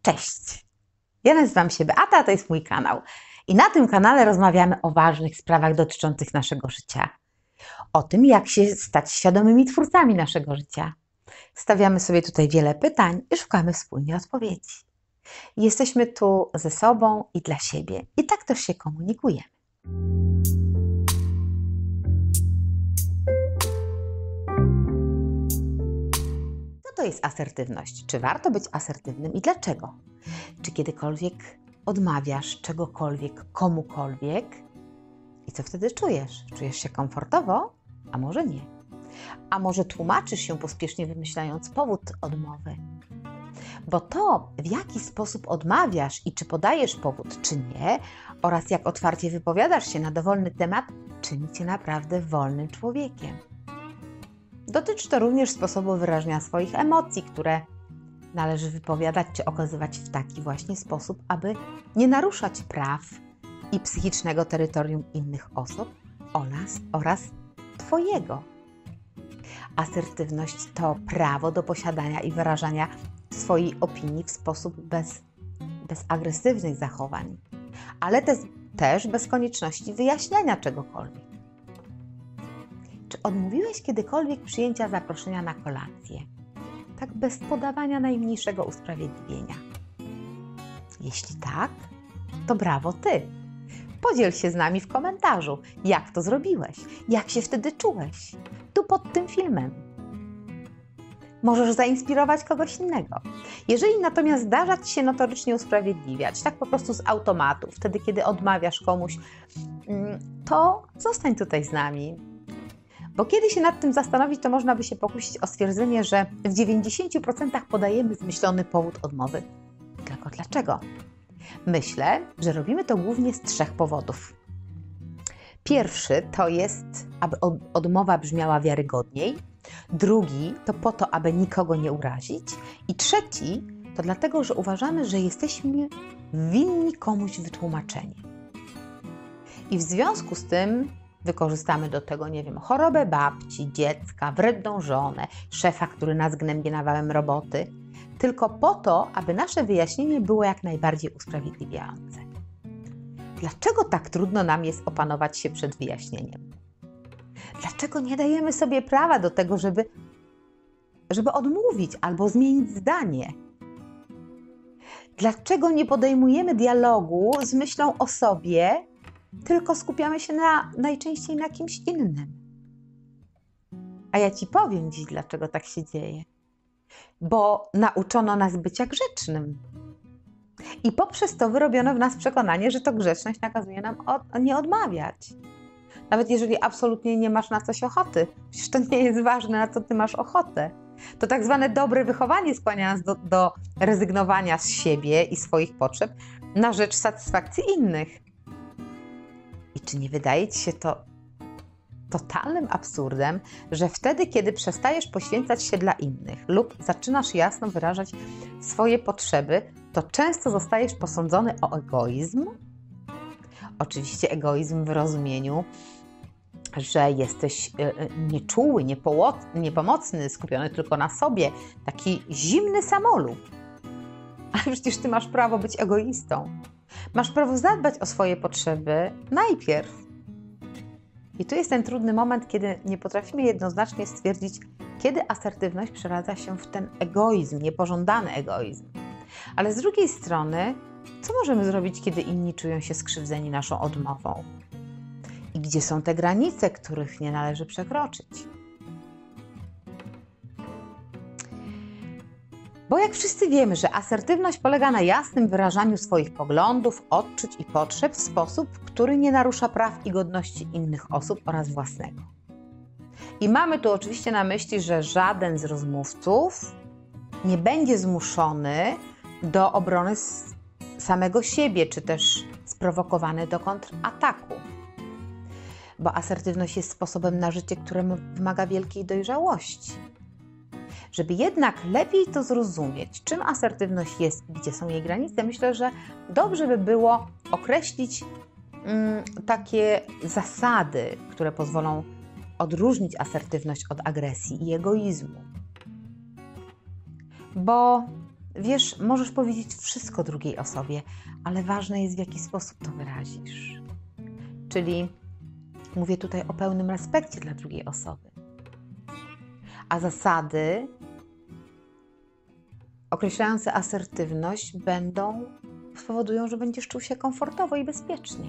Cześć! Ja nazywam się Beata, to jest mój kanał. I na tym kanale rozmawiamy o ważnych sprawach dotyczących naszego życia. O tym, jak się stać świadomymi twórcami naszego życia. Stawiamy sobie tutaj wiele pytań i szukamy wspólnie odpowiedzi. Jesteśmy tu ze sobą i dla siebie. I tak też się komunikujemy. Co to jest asertywność? Czy warto być asertywnym i dlaczego? Czy kiedykolwiek odmawiasz czegokolwiek, komukolwiek? I co wtedy czujesz? Czujesz się komfortowo? A może nie? A może tłumaczysz się pospiesznie, wymyślając powód odmowy? Bo to, w jaki sposób odmawiasz i czy podajesz powód, czy nie, oraz jak otwarcie wypowiadasz się na dowolny temat, czyni cię naprawdę wolnym człowiekiem. Dotyczy to również sposobu wyrażania swoich emocji, które należy wypowiadać czy okazywać w taki właśnie sposób, aby nie naruszać praw i psychicznego terytorium innych osób oraz Twojego. Asertywność to prawo do posiadania i wyrażania swojej opinii w sposób bez agresywnych zachowań, ale też bez konieczności wyjaśniania czegokolwiek. Czy odmówiłeś kiedykolwiek przyjęcia zaproszenia na kolację? Tak bez podawania najmniejszego usprawiedliwienia. Jeśli tak, to brawo Ty. Podziel się z nami w komentarzu, jak to zrobiłeś, jak się wtedy czułeś, tu pod tym filmem. Możesz zainspirować kogoś innego. Jeżeli natomiast zdarza Ci się notorycznie usprawiedliwiać, tak po prostu z automatu, wtedy kiedy odmawiasz komuś, to zostań tutaj z nami. Bo kiedy się nad tym zastanowić, to można by się pokusić o stwierdzenie, że w 90% podajemy zmyślony powód odmowy. Tylko dlaczego? Myślę, że robimy to głównie z 3 powodów. Pierwszy to jest, aby odmowa brzmiała wiarygodniej. Drugi to po to, aby nikogo nie urazić. I trzeci to dlatego, że uważamy, że jesteśmy winni komuś wytłumaczenie. I w związku z tym wykorzystamy do tego, chorobę babci, dziecka, wredną żonę, szefa, który nas gnębi nawałem roboty, tylko po to, aby nasze wyjaśnienie było jak najbardziej usprawiedliwiające. Dlaczego tak trudno nam jest opanować się przed wyjaśnieniem? Dlaczego nie dajemy sobie prawa do tego, żeby odmówić albo zmienić zdanie? Dlaczego nie podejmujemy dialogu z myślą o sobie, tylko skupiamy się najczęściej na kimś innym? A ja Ci powiem dziś, dlaczego tak się dzieje. Bo nauczono nas bycia grzecznym. I poprzez to wyrobiono w nas przekonanie, że to grzeczność nakazuje nam nie odmawiać. Nawet jeżeli absolutnie nie masz na coś ochoty. Przecież to nie jest ważne, na co Ty masz ochotę. To tak zwane dobre wychowanie skłania nas do rezygnowania z siebie i swoich potrzeb na rzecz satysfakcji innych. I czy nie wydaje Ci się to totalnym absurdem, że wtedy, kiedy przestajesz poświęcać się dla innych lub zaczynasz jasno wyrażać swoje potrzeby, to często zostajesz posądzony o egoizm? Oczywiście egoizm w rozumieniu, że jesteś nieczuły, niepomocny, skupiony tylko na sobie, taki zimny samolub. Ale przecież Ty masz prawo być egoistą. Masz prawo zadbać o swoje potrzeby najpierw. I tu jest ten trudny moment, kiedy nie potrafimy jednoznacznie stwierdzić, kiedy asertywność przeradza się w ten egoizm, niepożądany egoizm. Ale z drugiej strony, co możemy zrobić, kiedy inni czują się skrzywdzeni naszą odmową? I gdzie są te granice, których nie należy przekroczyć? Bo jak wszyscy wiemy, że asertywność polega na jasnym wyrażaniu swoich poglądów, odczuć i potrzeb w sposób, który nie narusza praw i godności innych osób oraz własnego. I mamy tu oczywiście na myśli, że żaden z rozmówców nie będzie zmuszony do obrony samego siebie, czy też sprowokowany do kontrataku. Bo asertywność jest sposobem na życie, które wymaga wielkiej dojrzałości. Żeby jednak lepiej to zrozumieć, czym asertywność jest i gdzie są jej granice, myślę, że dobrze by było określić takie zasady, które pozwolą odróżnić asertywność od agresji i egoizmu. Bo Wiesz, możesz powiedzieć wszystko drugiej osobie, ale ważne jest, w jaki sposób to wyrazisz. Czyli mówię tutaj o pełnym respekcie dla drugiej osoby. A zasady określające asertywność spowodują, że będziesz czuł się komfortowo i bezpiecznie.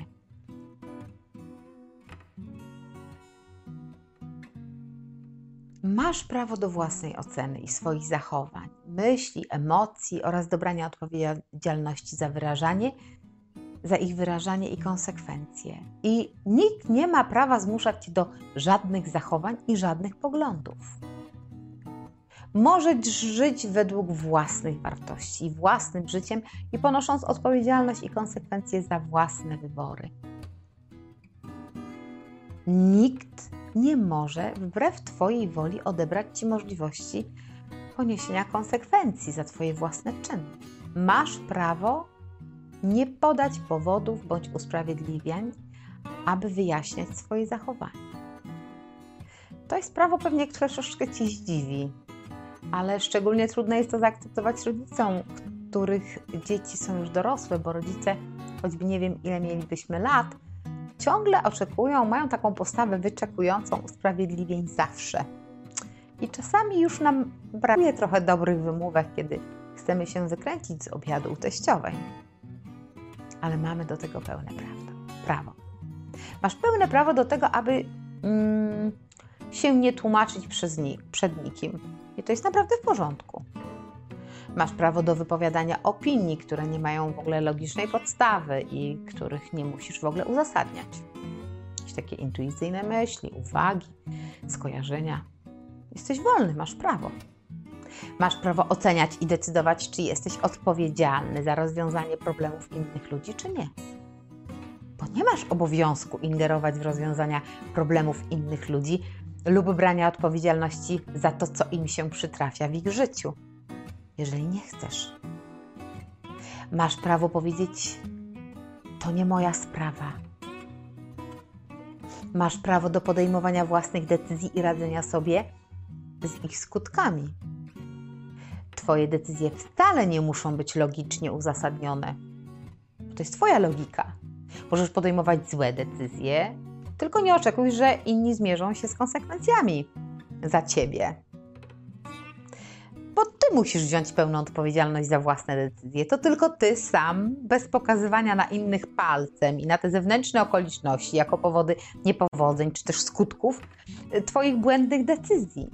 Masz prawo do własnej oceny i swoich zachowań, myśli, emocji oraz dobrania odpowiedzialności za ich wyrażanie i konsekwencje. I nikt nie ma prawa zmuszać cię do żadnych zachowań i żadnych poglądów. Możesz żyć według własnych wartości, własnym życiem i ponosząc odpowiedzialność i konsekwencje za własne wybory. Nikt nie może wbrew twojej woli odebrać ci możliwości poniesienia konsekwencji za twoje własne czyny. Masz prawo nie podać powodów bądź usprawiedliwiań, aby wyjaśniać swoje zachowanie. To jest prawo pewnie, które troszeczkę ci zdziwi, ale szczególnie trudno jest to zaakceptować rodzicom, których dzieci są już dorosłe, bo rodzice, choćby nie wiem ile mielibyśmy lat, ciągle oczekują, mają taką postawę wyczekującą usprawiedliwień zawsze. I czasami już nam brakuje trochę dobrych wymówek, kiedy chcemy się wykręcić z obiadu u teściowej. Ale mamy do tego pełne prawo. Masz pełne prawo do tego, aby się nie tłumaczyć przed nikim. I to jest naprawdę w porządku. Masz prawo do wypowiadania opinii, które nie mają w ogóle logicznej podstawy i których nie musisz w ogóle uzasadniać. Jakieś takie intuicyjne myśli, uwagi, skojarzenia. Jesteś wolny, masz prawo. Masz prawo oceniać i decydować, czy jesteś odpowiedzialny za rozwiązanie problemów innych ludzi, czy nie. Bo nie masz obowiązku ingerować w rozwiązania problemów innych ludzi lub brania odpowiedzialności za to, co im się przytrafia w ich życiu, jeżeli nie chcesz. Masz prawo powiedzieć: to nie moja sprawa. Masz prawo do podejmowania własnych decyzji i radzenia sobie z ich skutkami. Twoje decyzje wcale nie muszą być logicznie uzasadnione. To jest twoja logika. Możesz podejmować złe decyzje, tylko nie oczekuj, że inni zmierzą się z konsekwencjami za ciebie. Bo ty musisz wziąć pełną odpowiedzialność za własne decyzje. To tylko ty sam, bez pokazywania na innych palcem i na te zewnętrzne okoliczności, jako powody niepowodzeń czy też skutków twoich błędnych decyzji.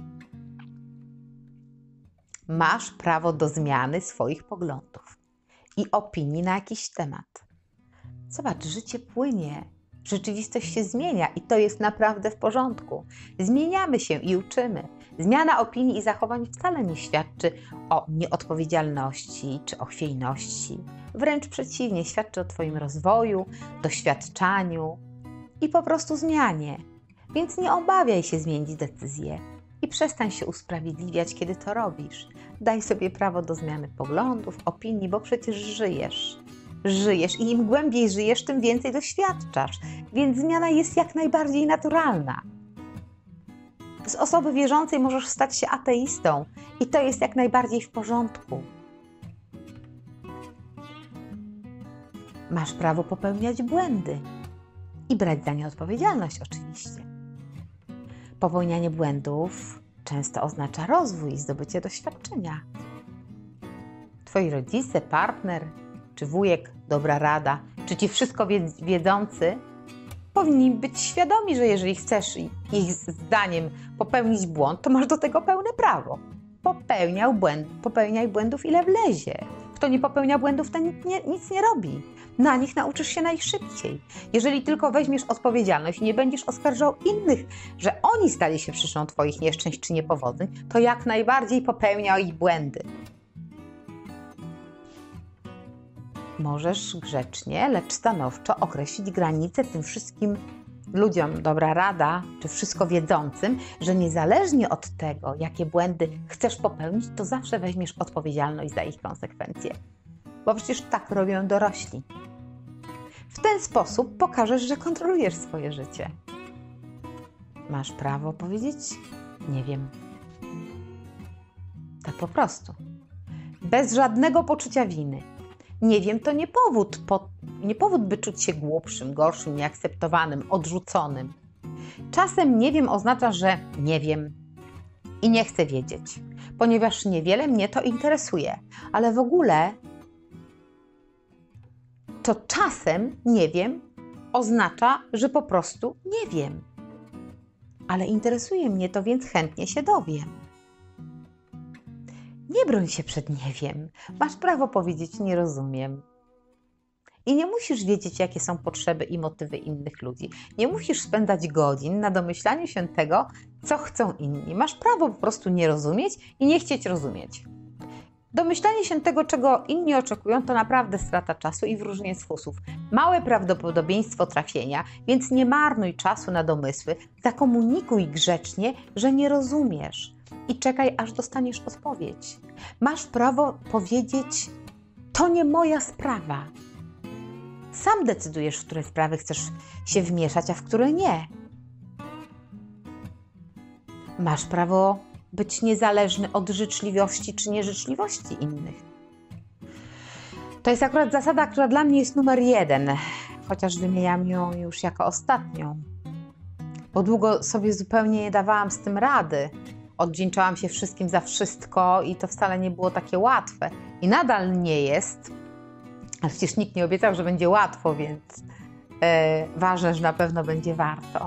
Masz prawo do zmiany swoich poglądów i opinii na jakiś temat. Zobacz, życie płynie, rzeczywistość się zmienia i to jest naprawdę w porządku. Zmieniamy się i uczymy. Zmiana opinii i zachowań wcale nie świadczy o nieodpowiedzialności czy o chwiejności. Wręcz przeciwnie, świadczy o twoim rozwoju, doświadczaniu i po prostu zmianie. Więc nie obawiaj się zmienić decyzję i przestań się usprawiedliwiać, kiedy to robisz. Daj sobie prawo do zmiany poglądów, opinii, bo przecież żyjesz. Żyjesz i im głębiej żyjesz, tym więcej doświadczasz. Więc zmiana jest jak najbardziej naturalna. Z osoby wierzącej możesz stać się ateistą i to jest jak najbardziej w porządku. Masz prawo popełniać błędy i brać za nie odpowiedzialność oczywiście. Popełnianie błędów często oznacza rozwój i zdobycie doświadczenia. Twoi rodzice, partner czy wujek, dobra rada, czy ci wszystko wiedzący powinni być świadomi, że jeżeli chcesz ich zdaniem popełnić błąd, to masz do tego pełne prawo. Popełniaj błędów ile wlezie. Kto nie popełnia błędów, ten nic nie robi. Na nich nauczysz się najszybciej. Jeżeli tylko weźmiesz odpowiedzialność i nie będziesz oskarżał innych, że oni stali się przyczyną twoich nieszczęść czy niepowodzeń, to jak najbardziej popełniaj błędy. Możesz grzecznie, lecz stanowczo określić granice tym wszystkim ludziom, dobra rada, czy wszystko wiedzącym, że niezależnie od tego, jakie błędy chcesz popełnić, to zawsze weźmiesz odpowiedzialność za ich konsekwencje. Bo przecież tak robią dorośli. W ten sposób pokażesz, że kontrolujesz swoje życie. Masz prawo powiedzieć: nie wiem. Tak po prostu. bez żadnego poczucia winy. Nie wiem, to nie powód, by czuć się głupszym, gorszym, nieakceptowanym, odrzuconym. Czasem nie wiem oznacza, że nie wiem i nie chcę wiedzieć, ponieważ niewiele mnie to interesuje, ale w ogóle to czasem nie wiem oznacza, że po prostu nie wiem. Ale interesuje mnie to, więc chętnie się dowiem. Nie broń się przed nie wiem. Masz prawo powiedzieć nie rozumiem. I nie musisz wiedzieć, jakie są potrzeby i motywy innych ludzi. Nie musisz spędzać godzin na domyślaniu się tego, co chcą inni. Masz prawo po prostu nie rozumieć i nie chcieć rozumieć. Domyślanie się tego, czego inni oczekują, to naprawdę strata czasu i wróżenie z fusów. Małe prawdopodobieństwo trafienia, więc nie marnuj czasu na domysły. Zakomunikuj grzecznie, że nie rozumiesz i czekaj, aż dostaniesz odpowiedź. Masz prawo powiedzieć, to nie moja sprawa. Sam decydujesz, w które sprawy chcesz się wmieszać, a w które nie. Masz prawo być niezależny od życzliwości czy nieżyczliwości innych. To jest akurat zasada, która dla mnie jest numer 1, chociaż wymieniam ją już jako ostatnią. Bo długo sobie zupełnie nie dawałam z tym rady. Odwdzięczałam się wszystkim za wszystko i to wcale nie było takie łatwe. I nadal nie jest, ale przecież nikt nie obiecał, że będzie łatwo, więc ważne, że na pewno będzie warto.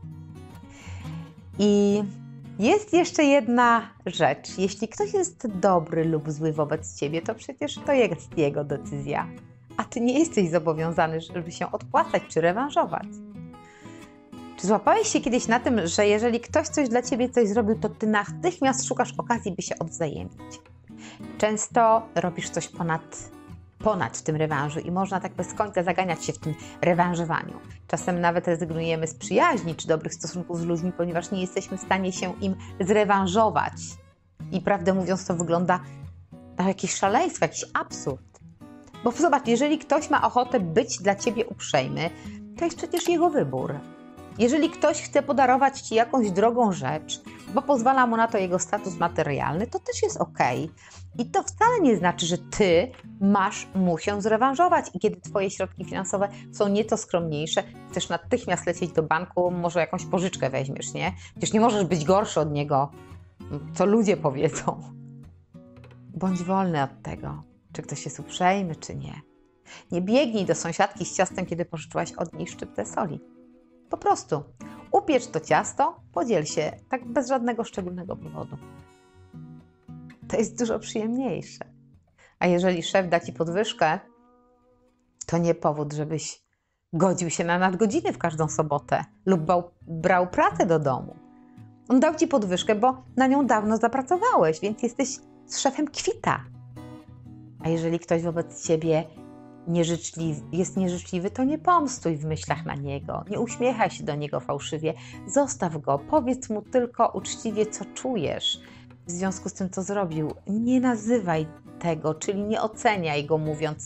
I jest jeszcze jedna rzecz. Jeśli ktoś jest dobry lub zły wobec ciebie, to przecież to jest jego decyzja. A ty nie jesteś zobowiązany, żeby się odpłacać czy rewanżować. Czy złapałeś się kiedyś na tym, że jeżeli ktoś coś dla ciebie coś zrobił, to ty natychmiast szukasz okazji, by się odwzajemnić? Często robisz coś ponad w tym rewanżu i można tak bez końca zaganiać się w tym rewanżowaniu. Czasem nawet rezygnujemy z przyjaźni czy dobrych stosunków z ludźmi, ponieważ nie jesteśmy w stanie się im zrewanżować. I prawdę mówiąc, to wygląda na jakieś szaleństwo, jakiś absurd. Bo zobacz, jeżeli ktoś ma ochotę być dla ciebie uprzejmy, to jest przecież jego wybór. Jeżeli ktoś chce podarować ci jakąś drogą rzecz, bo pozwala mu na to jego status materialny, to też jest okej. I to wcale nie znaczy, że ty masz mu się zrewanżować i kiedy twoje środki finansowe są nieco skromniejsze, chcesz natychmiast lecieć do banku, może jakąś pożyczkę weźmiesz, nie? Przecież nie możesz być gorszy od niego, co ludzie powiedzą. Bądź wolny od tego, czy ktoś jest uprzejmy, czy nie. Nie biegnij do sąsiadki z ciastem, kiedy pożyczyłaś od niej szczyptę soli. Po prostu upiecz to ciasto, podziel się, tak bez żadnego szczególnego powodu. To jest dużo przyjemniejsze. A jeżeli szef da ci podwyżkę, to nie powód, żebyś godził się na nadgodziny w każdą sobotę lub brał pracę do domu. On dał ci podwyżkę, bo na nią dawno zapracowałeś, więc jesteś z szefem kwita. A jeżeli ktoś wobec ciebie jest nieżyczliwy, to nie pomstuj w myślach na niego, nie uśmiechaj się do niego fałszywie, zostaw go, powiedz mu tylko uczciwie, co czujesz w związku z tym, co zrobił. Nie nazywaj tego, czyli nie oceniaj go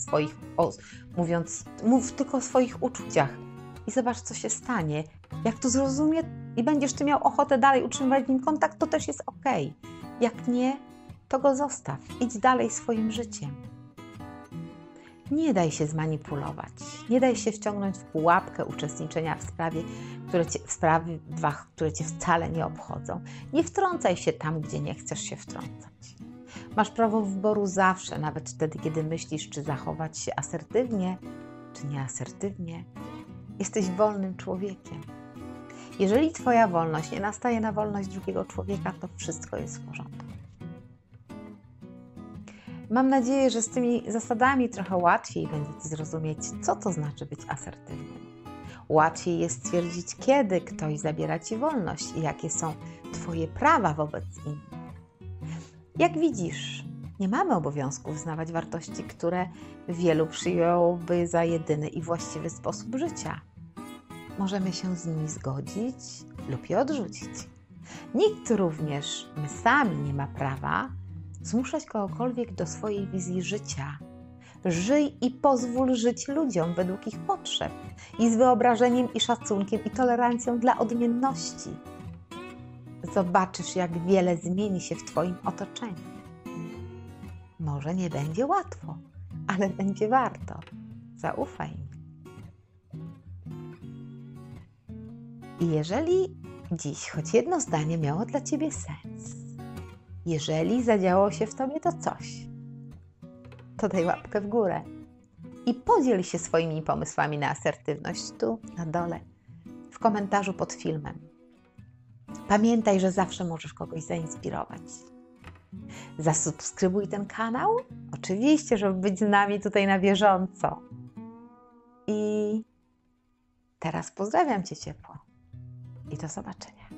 mów tylko o swoich uczuciach i zobacz, co się stanie. Jak to zrozumie i będziesz ty miał ochotę dalej utrzymywać z nim kontakt, to też jest okej. Jak nie, to go zostaw, idź dalej swoim życiem. Nie daj się zmanipulować, nie daj się wciągnąć w pułapkę uczestniczenia w sprawach, które cię wcale nie obchodzą. Nie wtrącaj się tam, gdzie nie chcesz się wtrącać. Masz prawo wyboru zawsze, nawet wtedy, kiedy myślisz, czy zachować się asertywnie, czy nieasertywnie. Jesteś wolnym człowiekiem. Jeżeli twoja wolność nie nastaje na wolność drugiego człowieka, to wszystko jest w porządku. Mam nadzieję, że z tymi zasadami trochę łatwiej będzie ci zrozumieć, co to znaczy być asertywnym. Łatwiej jest stwierdzić, kiedy ktoś zabiera ci wolność i jakie są twoje prawa wobec innych. Jak widzisz, nie mamy obowiązku wyznawać wartości, które wielu przyjąłby za jedyny i właściwy sposób życia. Możemy się z nimi zgodzić lub je odrzucić. Nikt również, my sami, nie ma prawa zmuszać kogokolwiek do swojej wizji życia. Żyj i pozwól żyć ludziom według ich potrzeb i z wyobrażeniem i szacunkiem i tolerancją dla odmienności. Zobaczysz, jak wiele zmieni się w twoim otoczeniu. Może nie będzie łatwo, ale będzie warto. Zaufaj mi. I jeżeli dziś choć jedno zdanie miało dla Ciebie sens, jeżeli zadziało się w Tobie to coś, to daj łapkę w górę i podziel się swoimi pomysłami na asertywność tu na dole, w komentarzu pod filmem. Pamiętaj, że zawsze możesz kogoś zainspirować. Zasubskrybuj ten kanał, oczywiście, żeby być z nami tutaj na bieżąco. I teraz pozdrawiam Cię ciepło i do zobaczenia.